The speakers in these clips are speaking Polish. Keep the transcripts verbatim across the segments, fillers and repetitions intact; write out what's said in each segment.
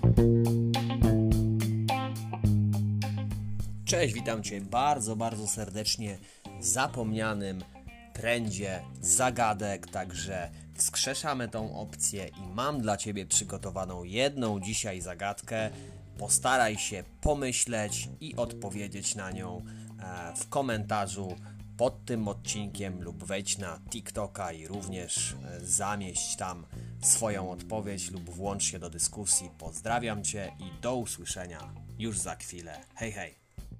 Cześć, witam Cię bardzo, bardzo serdecznie w zapomnianym trendzie zagadek, także wskrzeszamy tą opcję i mam dla Ciebie przygotowaną jedną dzisiaj zagadkę. Postaraj się pomyśleć i odpowiedzieć na nią w komentarzu pod tym odcinkiem lub wejdź na TikToka i również zamieść tam swoją odpowiedź lub włącz się do dyskusji. Pozdrawiam Cię i do usłyszenia już za chwilę. Hej, hej!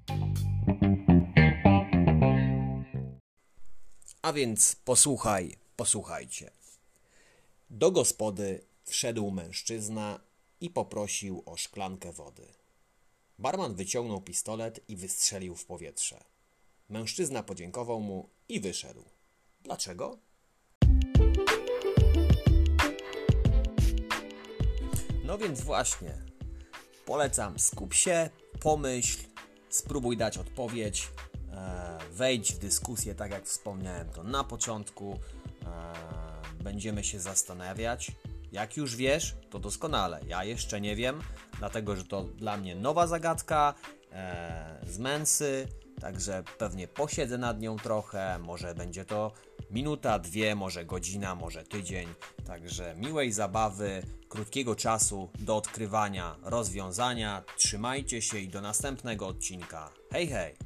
A więc posłuchaj, posłuchajcie. Do gospody wszedł mężczyzna i poprosił o szklankę wody. Barman wyciągnął pistolet i wystrzelił w powietrze. Mężczyzna podziękował mu i wyszedł. Dlaczego? No więc właśnie, polecam, skup się, pomyśl, spróbuj dać odpowiedź, e, wejdź w dyskusję, tak jak wspomniałem to na początku, e, będziemy się zastanawiać. Jak już wiesz, to doskonale, ja jeszcze nie wiem, dlatego że to dla mnie nowa zagadka e, z Mensy, także pewnie posiedzę nad nią trochę, może będzie to minuta, dwie, może godzina, może tydzień, także miłej zabawy, krótkiego czasu do odkrywania rozwiązania, trzymajcie się i do następnego odcinka. Hej, hej!